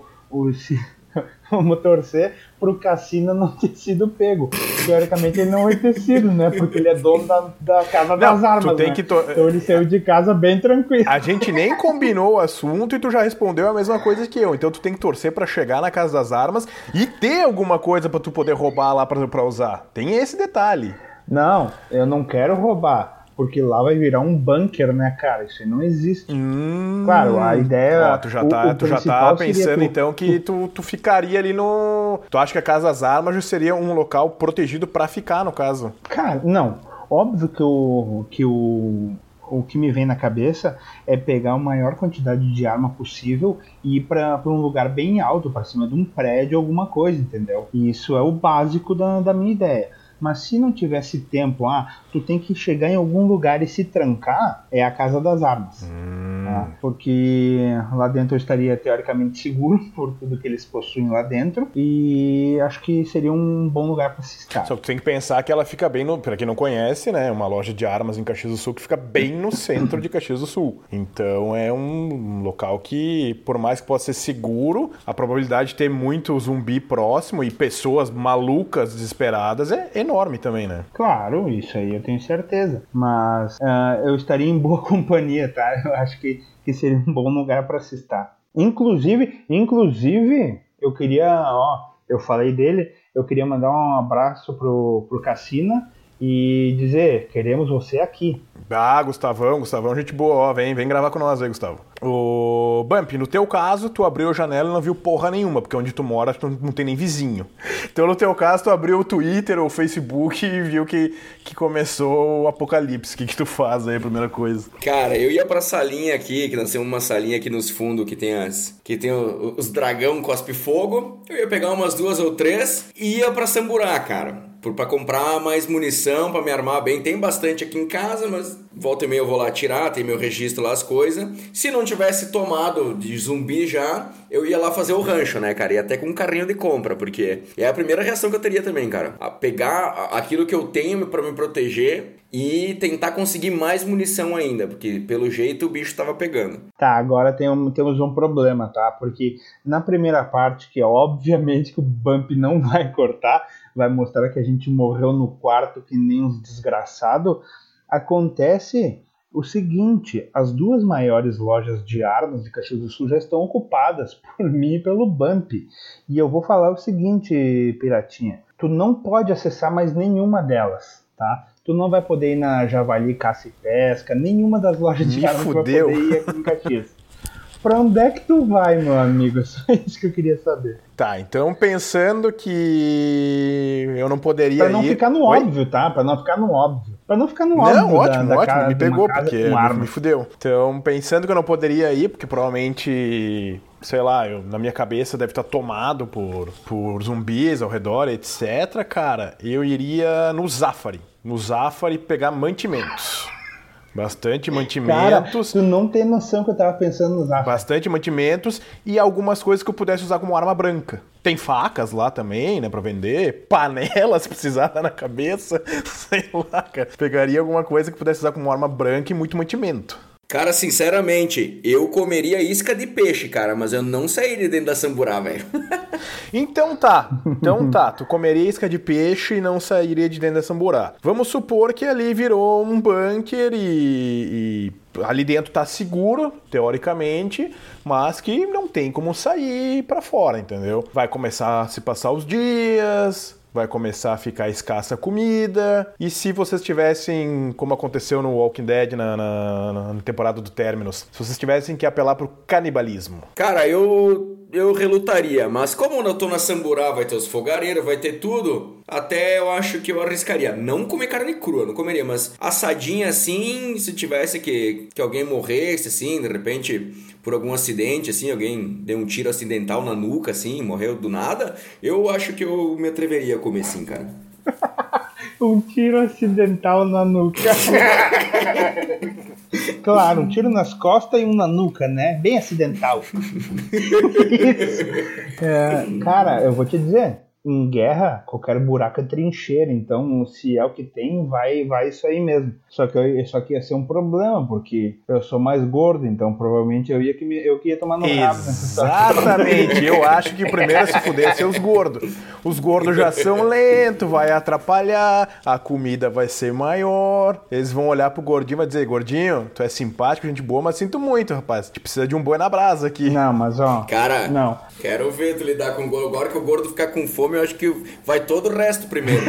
Vamos torcer pro Cassina não ter sido pego. Teoricamente ele não vai ter sido, né? Porque ele é dono da Casa das Armas, né? Então ele saiu de casa bem tranquilo. A gente nem combinou o assunto e tu já respondeu a mesma coisa que eu. Então tu tem que torcer pra chegar na Casa das Armas e ter alguma coisa pra tu poder roubar lá pra usar. Tem esse detalhe. Não, eu não quero roubar. Porque lá vai virar um bunker, né, cara? Isso aí não existe. Claro, a ideia... Tu já tá pensando, então, que tu ficaria ali no... Tu acha que a Casa das Armas já seria um local protegido pra ficar, no caso? Cara, não. Óbvio que o que me vem na cabeça é pegar a maior quantidade de arma possível e ir pra um lugar bem alto, pra cima de um prédio, alguma coisa, entendeu? E isso é o básico da minha ideia. Mas se não tivesse tempo, tu tem que chegar em algum lugar e se trancar, é a Casa das Armas. Porque lá dentro eu estaria teoricamente seguro por tudo que eles possuem lá dentro. E acho que seria um bom lugar para se estar. Só que tu tem que pensar que ela fica bem pra quem não conhece, né? Uma loja de armas em Caxias do Sul que fica bem no centro de Caxias do Sul. Então é um local que, por mais que possa ser seguro, a probabilidade de ter muito zumbi próximo e pessoas malucas, desesperadas, é enorme também, né? Claro, isso aí eu tenho certeza. Mas eu estaria em boa companhia, tá? Eu acho que seria um bom lugar para se estar. Inclusive, eu queria, eu falei dele, eu queria mandar um abraço pro Cassina e dizer, queremos você aqui. Gustavão, gente boa, vem gravar com nós aí, Gustavo. O Bump, no teu caso, tu abriu a janela e não viu porra nenhuma, porque onde tu mora tu não tem nem vizinho. Então, no teu caso, tu abriu o Twitter ou o Facebook e viu que começou o apocalipse. O que tu faz aí, a primeira coisa? Cara, eu ia pra salinha aqui, que nós temos uma salinha aqui nos fundos que tem os dragão cospe-fogo. Eu ia pegar umas 2 ou 3 e ia pra Samburá, cara. Pra comprar mais munição, pra me armar bem. Tem bastante aqui em casa, mas volta e meia eu vou lá tirar, tem meu registro lá, as coisas. Se não tivesse tomado de zumbi já, eu ia lá fazer o rancho, né, cara? Ia até com um carrinho de compra, porque é a primeira reação que eu teria também, cara. Pegar aquilo que eu tenho pra me proteger e tentar conseguir mais munição ainda, porque pelo jeito o bicho tava pegando. Tá, agora temos um problema, tá? Porque na primeira parte, que é obviamente que o Bump não vai cortar, vai mostrar que a gente morreu no quarto que nem uns desgraçados, acontece o seguinte, as 2 maiores lojas de armas de Caxias do Sul já estão ocupadas por mim e pelo Bump. E eu vou falar o seguinte, Piratinha, tu não pode acessar mais nenhuma delas, tá? Tu não vai poder ir na Javali Caça e Pesca, nenhuma das lojas de armas tu vai poder ir aqui em Caxias. Pra onde é que tu vai, meu amigo? É só isso que eu queria saber. Tá, então pensando que eu não poderia Pra não ficar no óbvio, tá? Pra não ficar no óbvio. Não, ótimo, me pegou, porque me fudeu. Então, pensando que eu não poderia ir, porque provavelmente sei lá, na minha cabeça deve estar tomado por zumbis ao redor, etc, cara, eu iria no Zafari. No Zafari pegar mantimentos. Bastante mantimentos. Cara, tu não tem noção que eu tava pensando no Zafari. Bastante mantimentos e algumas coisas que eu pudesse usar como arma branca. Tem facas lá também, né, pra vender. Panela, se precisar, dar na cabeça. Sei lá, cara. Pegaria alguma coisa que pudesse usar como arma branca e muito mantimento. Cara, sinceramente, eu comeria isca de peixe, cara, mas eu não sairia dentro da samburá, velho. Então tá, tu comeria isca de peixe e não sairia de dentro da samburá. Vamos supor que ali virou um bunker e ali dentro tá seguro, teoricamente, mas que não tem como sair pra fora, entendeu? Vai começar a se passar os dias, vai começar a ficar escassa a comida, e se vocês tivessem, como aconteceu no Walking Dead na temporada do Terminus, se vocês tivessem que apelar pro canibalismo? Cara, eu relutaria, mas como eu tô na samburá, vai ter os fogareiros, vai ter tudo, até eu acho que eu arriscaria. Não comer carne crua, não comeria, mas assadinha assim, se tivesse que alguém morresse, assim, de repente, por algum acidente, assim, alguém deu um tiro acidental na nuca, assim, morreu do nada, eu acho que eu me atreveria a comer sim, cara. Um tiro acidental na nuca. Claro, um tiro nas costas e um na nuca, né? Bem acidental. Cara, eu vou te dizer, em guerra, qualquer buraco é trincheira, então se é o que tem, vai isso aí mesmo. Só que ia ser um problema, porque eu sou mais gordo, então provavelmente eu que ia tomar no rabo nessa situação. Exatamente, eu acho que o primeiro a se fuder ia ser os gordos. Os gordos já são lentos, vai atrapalhar, a comida vai ser maior, eles vão olhar pro gordinho e vai dizer, gordinho, tu é simpático, gente boa, mas sinto muito, rapaz, a gente precisa de um boi na brasa aqui. Não, mas ó... Cara, não. Quero ver tu lidar com o gordo. Agora que o gordo ficar com fome, eu acho que vai todo o resto primeiro.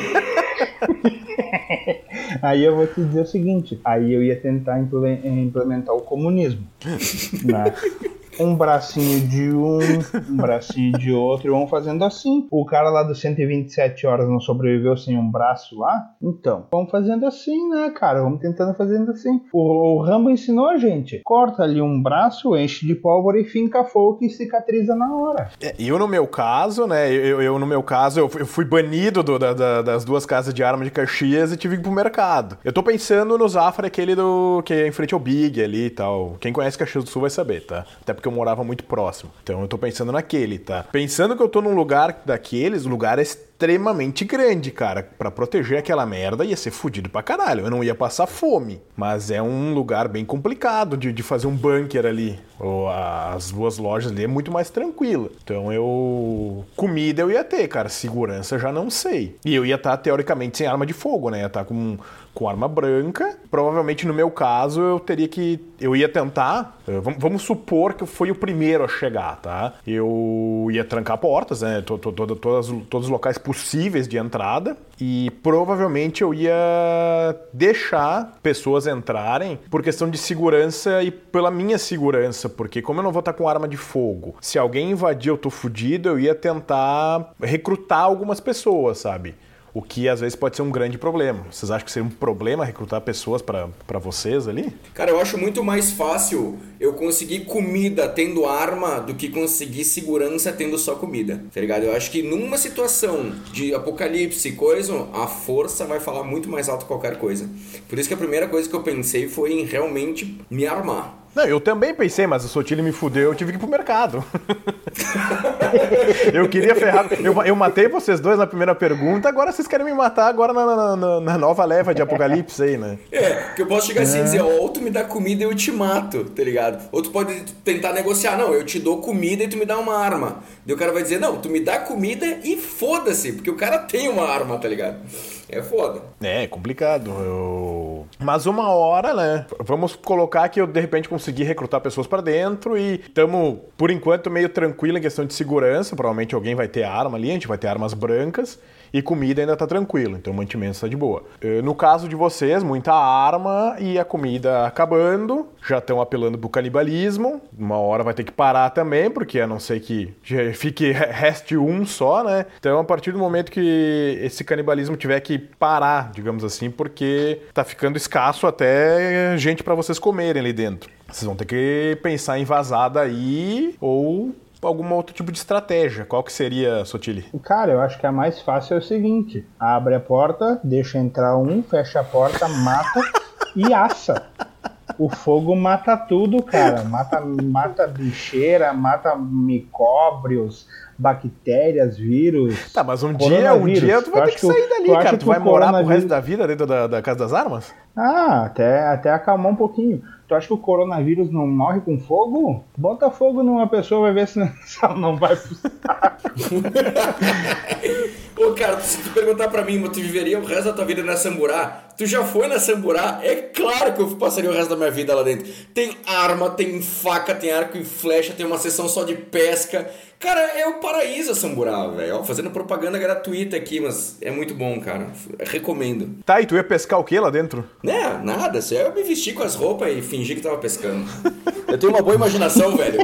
Aí eu vou te dizer o seguinte, aí eu ia tentar implementar o comunismo, né? Um bracinho de um bracinho de outro, e vão fazendo assim. O cara lá dos 127 horas não sobreviveu sem um braço lá? Então, vamos fazendo assim, né, cara? Vamos tentando fazendo assim. O Rambo ensinou a gente. Corta ali um braço, enche de pólvora e finca fogo e cicatriza na hora. Eu no meu caso, né, eu fui banido das duas casas de arma de Caxias e tive que ir pro mercado. Eu tô pensando no Zafra, aquele que é em frente ao Big ali e tal. Quem conhece Caxias do Sul vai saber, tá? Até porque eu morava muito próximo. Então eu tô pensando naquele, tá? Pensando que eu tô num lugar daqueles, o lugar é extremamente grande, cara. Pra proteger aquela merda ia ser fudido pra caralho. Eu não ia passar fome. Mas é um lugar bem complicado de fazer um bunker ali. As duas lojas ali é muito mais tranquila. Então comida eu ia ter, cara. Segurança já não sei. E eu ia estar, teoricamente, sem arma de fogo, né? Ia estar com arma branca. Provavelmente, no meu caso, eu ia tentar... Vamos supor que eu fui o primeiro a chegar, tá? Eu ia trancar portas, né? Todos os locais possíveis de entrada. E provavelmente eu ia deixar pessoas entrarem por questão de segurança e pela minha segurança. Porque como eu não vou estar com arma de fogo, se alguém invadir eu tô fudido, eu ia tentar recrutar algumas pessoas, sabe? O que às vezes pode ser um grande problema. Vocês acham que seria um problema recrutar pessoas pra vocês ali? Cara, eu acho muito mais fácil eu conseguir comida tendo arma do que conseguir segurança tendo só comida, tá ligado? Eu acho que numa situação de apocalipse, coisa, a força vai falar muito mais alto que qualquer coisa. Por isso que a primeira coisa que eu pensei foi em realmente me armar. Não, eu também pensei, mas o Sotile me fudeu, eu tive que ir pro mercado. Eu queria ferrar. Eu matei vocês dois na primeira pergunta, agora vocês querem me matar agora na nova leva de apocalipse aí, né? Que eu posso chegar assim e dizer, ou tu me dá comida e eu te mato, tá ligado? Ou tu pode tentar negociar, não, eu te dou comida e tu me dá uma arma. Daí o cara vai dizer, não, tu me dá comida e foda-se, porque o cara tem uma arma, tá ligado? É foda. É complicado. Mas uma hora, né? Vamos colocar que eu, de repente, consegui recrutar pessoas pra dentro e estamos, por enquanto, meio tranquilo em questão de segurança. Provavelmente alguém vai ter arma ali, a gente vai ter armas brancas. E comida ainda tá tranquilo, então o mantimento tá de boa. No caso de vocês, muita arma e a comida acabando. Já estão apelando pro canibalismo. Uma hora vai ter que parar também, porque a não ser que reste um só, né? Então, a partir do momento que esse canibalismo tiver que parar, digamos assim, porque tá ficando escasso até gente pra vocês comerem ali dentro. Vocês vão ter que pensar em vazar daí ou algum outro tipo de estratégia. Qual que seria, Sotile? Cara, eu acho que a mais fácil é o seguinte: abre a porta, deixa entrar um, fecha a porta, mata e assa. O fogo mata tudo, cara. Mata bicheira, mata micróbios, bactérias, vírus. Tá, mas um dia tu vai ter que sair dali, cara. Tu vai morar pro resto da vida dentro da Casa das Armas? Ah, até acalmar um pouquinho. Tu acha que o coronavírus não morre com fogo? Bota fogo numa pessoa, vai ver se ela não vai pro saco. Ô, cara, se tu perguntar pra mim, tu viveria o resto da tua vida na Samburá? Tu já foi na Samburá? É claro que eu passaria o resto da minha vida lá dentro. Tem arma, tem faca, tem arco e flecha, tem uma seção só de pesca. Cara, é o paraíso a Samburá, velho. Fazendo propaganda gratuita aqui, mas é muito bom, cara. Recomendo. Tá, e tu ia pescar o que lá dentro? Nada. Só eu me vestir com as roupas e fingir que tava pescando. Eu tenho uma boa imaginação, velho.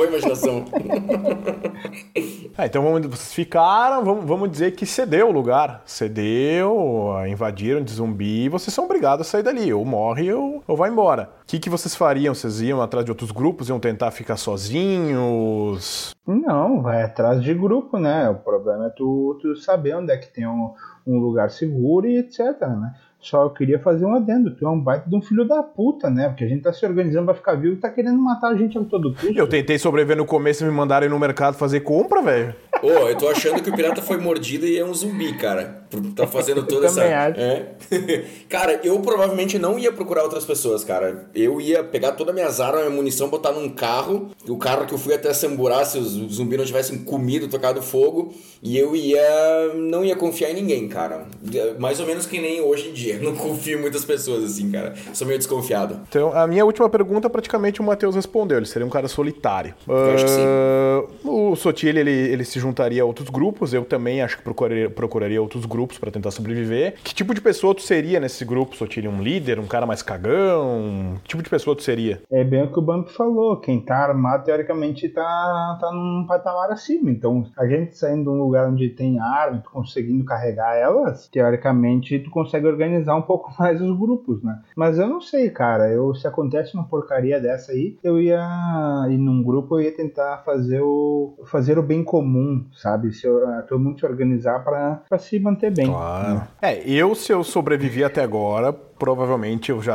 Então vocês ficaram, vamos dizer que cedeu o lugar. Cedeu, invadiram de zumbi e vocês são obrigados a sair dali. Ou morre ou vai embora. O que vocês fariam? Vocês iam atrás de outros grupos? Iam tentar ficar sozinhos? Não, vai atrás de grupo, né? O problema é tu saber onde é que tem um lugar seguro e etc, né? Só eu queria fazer um adendo. Tu é um baita de um filho da puta, né? Porque a gente tá se organizando pra ficar vivo e tá querendo matar a gente a todo custo. Eu tentei sobreviver no começo e me mandaram ir no mercado fazer compra, velho. Eu tô achando que o pirata foi mordido e é um zumbi, cara. Tá fazendo toda essa... Cara, eu provavelmente não ia procurar outras pessoas, cara. Eu ia pegar todas as minhas armas, minha munição, botar num carro. O carro que eu fui até Samburá, se os zumbis não tivessem comido, tocado fogo. E eu não ia confiar em ninguém, cara. Mais ou menos que nem hoje em dia. Não confio em muitas pessoas, assim, cara. Sou meio desconfiado. Então, a minha última pergunta, praticamente o Matheus respondeu. Ele seria um cara solitário. Eu acho que sim. O Sotile, ele se juntaria a outros grupos. Eu também acho que procuraria outros grupos pra tentar sobreviver. Que tipo de pessoa tu seria nesse grupo, Sotile? Um líder? Um cara mais cagão? Que tipo de pessoa tu seria? É bem o que o Bump falou. Quem tá armado, teoricamente, tá num patamar acima. Então, a gente saindo de um lugar onde tem arma, tu conseguindo carregar elas, teoricamente, tu consegue organizar um pouco mais os grupos, né? Mas eu não sei, cara. Se acontece uma porcaria dessa aí, eu ia ir num grupo, eu ia tentar fazer o bem comum, sabe? Todo mundo se organizar pra se manter bem. Claro. Se eu sobrevivi até agora, provavelmente eu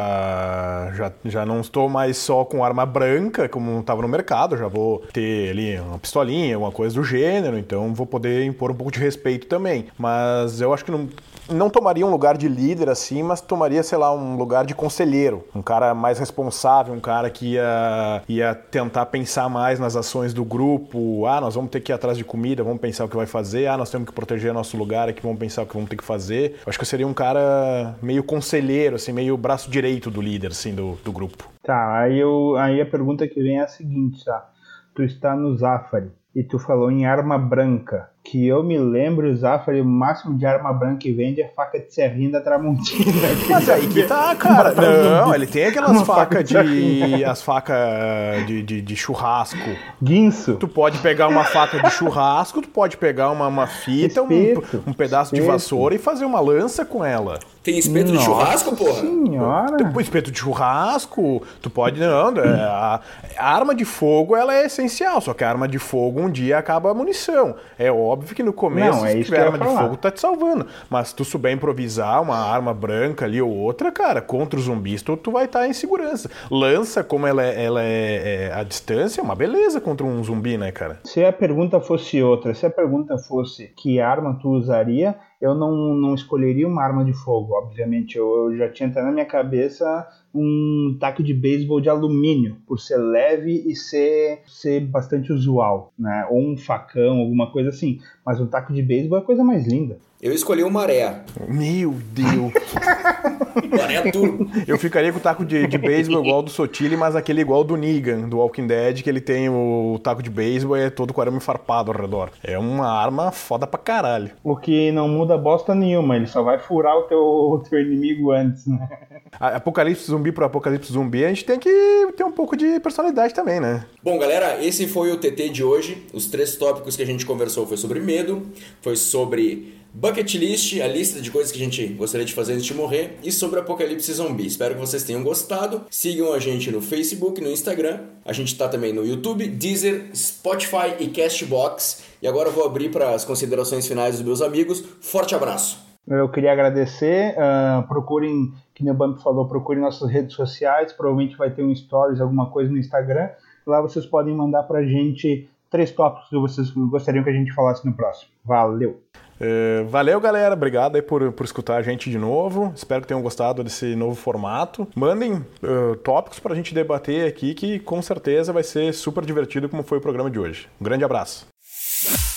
já não estou mais só com arma branca, como estava no mercado, já vou ter ali uma pistolinha, alguma coisa do gênero, então vou poder impor um pouco de respeito também. Mas eu acho que não tomaria um lugar de líder assim, mas tomaria, sei lá, um lugar de conselheiro. Um cara mais responsável, um cara que ia tentar pensar mais nas ações do grupo. Nós vamos ter que ir atrás de comida, vamos pensar o que vai fazer. Nós temos que proteger nosso lugar aqui, vamos pensar o que vamos ter que fazer. Eu acho que eu seria um cara meio conselheiro, assim, meio braço direito do líder, assim, do grupo. Tá, aí a pergunta que vem é a seguinte, tá? Tu está no Zafari e tu falou em arma branca. Que eu me lembro, o Zafari, o máximo de arma branca que vende é faca de serrinha da Tramontina. Mas aí que tá, cara. Não, ele tem aquelas facas as facas de churrasco. Guinso. Tu pode pegar uma faca de churrasco, tu pode pegar uma fita, um pedaço de vassoura e fazer uma lança com ela. Tem espeto de churrasco, porra? Senhora. Tem espeto de churrasco, tu pode... Não, a arma de fogo, ela é essencial, só que a arma de fogo um dia acaba a munição. É óbvio que no começo, se tiver arma de fogo, tá te salvando. Mas se tu souber improvisar uma arma branca ali ou outra, cara, contra os zumbis, tu vai estar em segurança. Lança, como ela é a distância, é uma beleza contra um zumbi, né, cara? Se a pergunta fosse outra, se a pergunta fosse que arma tu usaria, eu não escolheria uma arma de fogo, obviamente. Eu já tinha até na minha cabeça um taco de beisebol de alumínio, por ser leve e ser bastante usual, né? Ou um facão, alguma coisa assim. Mas um taco de beisebol é a coisa mais linda. Eu escolhi o maré. Meu Deus. Maré turbo. Eu ficaria com o taco de beisebol igual do Sotile, mas aquele igual do Negan, do Walking Dead, que ele tem o taco de beisebol e é todo com arame farpado ao redor. É uma arma foda pra caralho. O que não muda bosta nenhuma, ele só vai furar o teu inimigo antes, né? Apocalipse zumbi pro apocalipse zumbi, a gente tem que ter um pouco de personalidade também, né? Bom, galera, esse foi o TT de hoje. Os 3 tópicos que a gente conversou foi sobre medo, foi sobre Bucket List, a lista de coisas que a gente gostaria de fazer antes de morrer, e sobre Apocalipse Zumbi. Espero que vocês tenham gostado. Sigam a gente no Facebook, no Instagram. A gente tá também no YouTube, Deezer, Spotify e Castbox. E agora eu vou abrir para as considerações finais dos meus amigos. Forte abraço! Eu queria agradecer. Procurem, que o Bump falou, procurem nossas redes sociais. Provavelmente vai ter um stories, alguma coisa no Instagram. Lá vocês podem mandar pra gente 3 tópicos que vocês gostariam que a gente falasse no próximo. Valeu! Valeu, galera. Obrigado aí por escutar a gente de novo. Espero que tenham gostado desse novo formato. Mandem tópicos pra gente debater aqui, que com certeza vai ser super divertido como foi o programa de hoje. Um grande abraço.